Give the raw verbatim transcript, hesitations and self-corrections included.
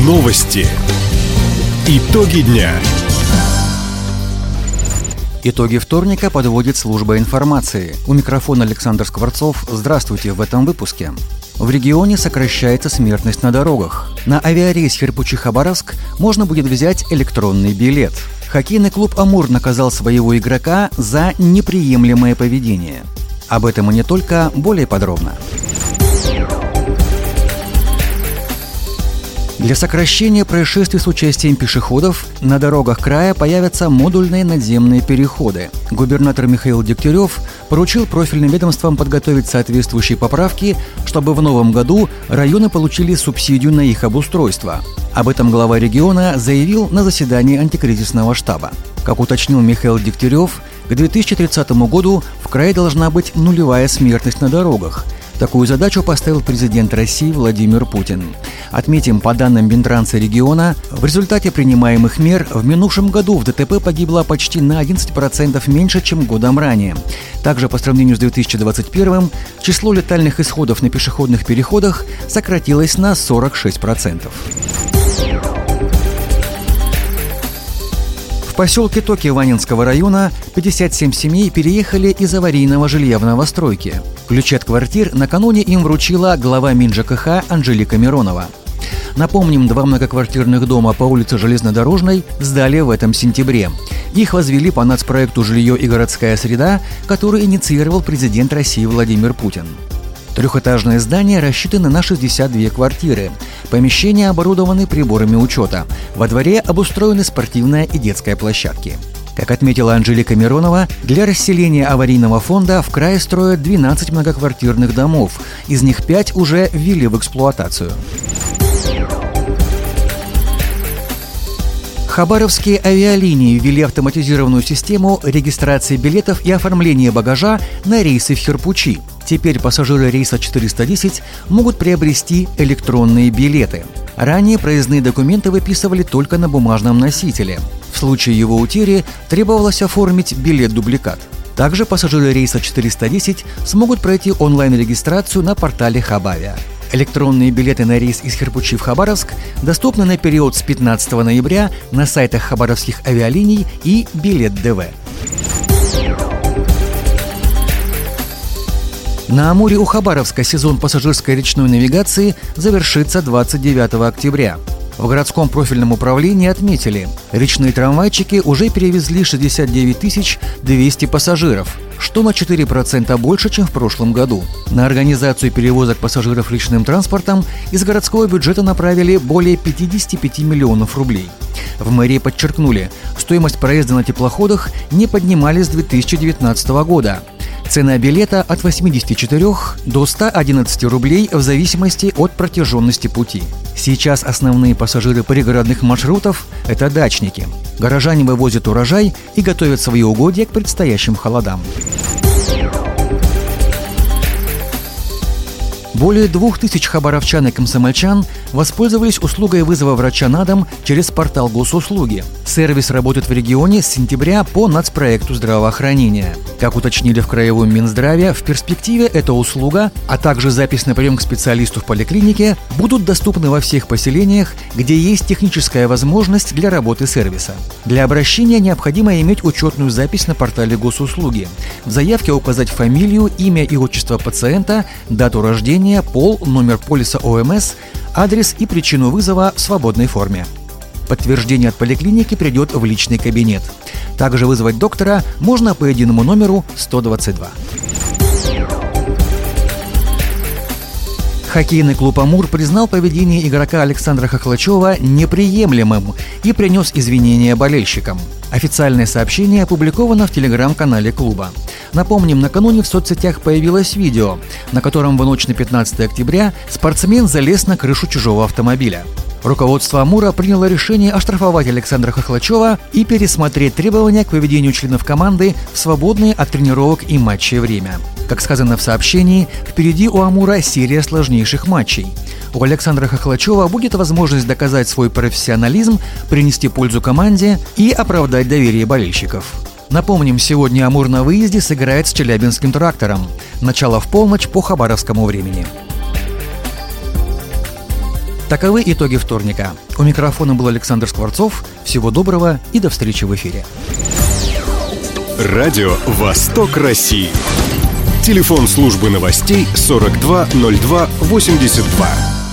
Новости. Итоги дня. Итоги вторника подводит служба информации. У микрофона Александр Скворцов. Здравствуйте в этом выпуске. В регионе сокращается смертность на дорогах. На авиарейс Хирпучи-Хабаровск можно будет взять электронный билет. Хоккейный клуб «Амур» наказал своего игрока за неприемлемое поведение. Об этом и не только, более подробно. Для сокращения происшествий с участием пешеходов на дорогах края появятся модульные надземные переходы. Губернатор Михаил Дегтярев поручил профильным ведомствам подготовить соответствующие поправки, чтобы в новом году районы получили субсидию на их обустройство. Об этом глава региона заявил на заседании антикризисного штаба. Как уточнил Михаил Дегтярев, к две тысячи тридцатому году в крае должна быть нулевая смертность на дорогах. Такую задачу поставил президент России Владимир Путин. Отметим, по данным Минтранса региона, в результате принимаемых мер в минувшем году в ДТП погибло почти на одиннадцать процентов меньше, чем годом ранее. Также по сравнению с две тысячи двадцать первым число летальных исходов на пешеходных переходах сократилось на сорок шесть процентов. В поселке Токи Ванинского района пятьдесят семь семей переехали из аварийного жилья в новостройки. Ключи от квартир накануне им вручила глава МинЖКХ Анжелика Миронова. Напомним, два многоквартирных дома по улице Железнодорожной сдали в этом сентябре. Их возвели по нацпроекту «Жилье и городская среда», который инициировал президент России Владимир Путин. Трехэтажное здание рассчитано на шестьдесят две квартиры. Помещения оборудованы приборами учета. Во дворе обустроены спортивная и детская площадки. Как отметила Анжелика Миронова, для расселения аварийного фонда в крае строят двенадцать многоквартирных домов. Из них пять уже ввели в эксплуатацию. Хабаровские авиалинии ввели автоматизированную систему регистрации билетов и оформления багажа на рейсы в Хирпучи. Теперь пассажиры рейса четыреста десять могут приобрести электронные билеты. Ранее проездные документы выписывали только на бумажном носителе. В случае его утери требовалось оформить билет-дубликат. Также пассажиры рейса четыреста десять смогут пройти онлайн-регистрацию на портале Хабавиа. Электронные билеты на рейс из Хирпучи в Хабаровск доступны на период с пятнадцатого ноября на сайтах хабаровских авиалиний и Билет.ДВ. На Амуре у Хабаровска сезон пассажирской речной навигации завершится двадцать девятого октября. В городском профильном управлении отметили, речные трамвайчики уже перевезли шестьдесят девять тысяч двести пассажиров, что на четыре процента больше, чем в прошлом году. На организацию перевозок пассажиров речным транспортом из городского бюджета направили более пятьдесят пять миллионов рублей. В мэрии подчеркнули, стоимость проезда на теплоходах не поднимались с две тысячи девятнадцатого года. Цена билета от восьмидесяти четырёх до ста одиннадцати рублей в зависимости от протяженности пути. Сейчас основные пассажиры пригородных маршрутов – это дачники. Горожане вывозят урожай и готовят свои угодья к предстоящим холодам. Более двух тысяч хабаровчан и комсомольчан воспользовались услугой вызова врача на дом через портал Госуслуги. Сервис работает в регионе с сентября по нацпроекту здравоохранения. Как уточнили в Краевом Минздраве, в перспективе эта услуга, а также запись на прием к специалисту в поликлинике будут доступны во всех поселениях, где есть техническая возможность для работы сервиса. Для обращения необходимо иметь учетную запись на портале Госуслуги. В заявке указать фамилию, имя и отчество пациента, дату рождения, пол, номер полиса ОМС, адрес и причину вызова в свободной форме. Подтверждение от поликлиники придет в личный кабинет. Также вызвать доктора можно по единому номеру сто двадцать два. Хоккейный клуб «Амур» признал поведение игрока Александра Хохлачева неприемлемым и принес извинения болельщикам. Официальное сообщение опубликовано в телеграм-канале клуба. Напомним, накануне в соцсетях появилось видео, на котором в ночь на пятнадцатое октября спортсмен залез на крышу чужого автомобиля. Руководство «Амура» приняло решение оштрафовать Александра Хохлачева и пересмотреть требования к поведению членов команды в свободные от тренировок и матчей время. Как сказано в сообщении, впереди у «Амура» серия сложнейших матчей. У Александра Хохлачева будет возможность доказать свой профессионализм, принести пользу команде и оправдать доверие болельщиков. Напомним, сегодня «Амур» на выезде сыграет с Челябинским «Трактором». Начало в полночь по хабаровскому времени. Таковы итоги вторника. У микрофона был Александр Скворцов. Всего доброго и до встречи в эфире. Радио «Восток России». Телефон службы новостей сорок два ноль два восемьдесят два.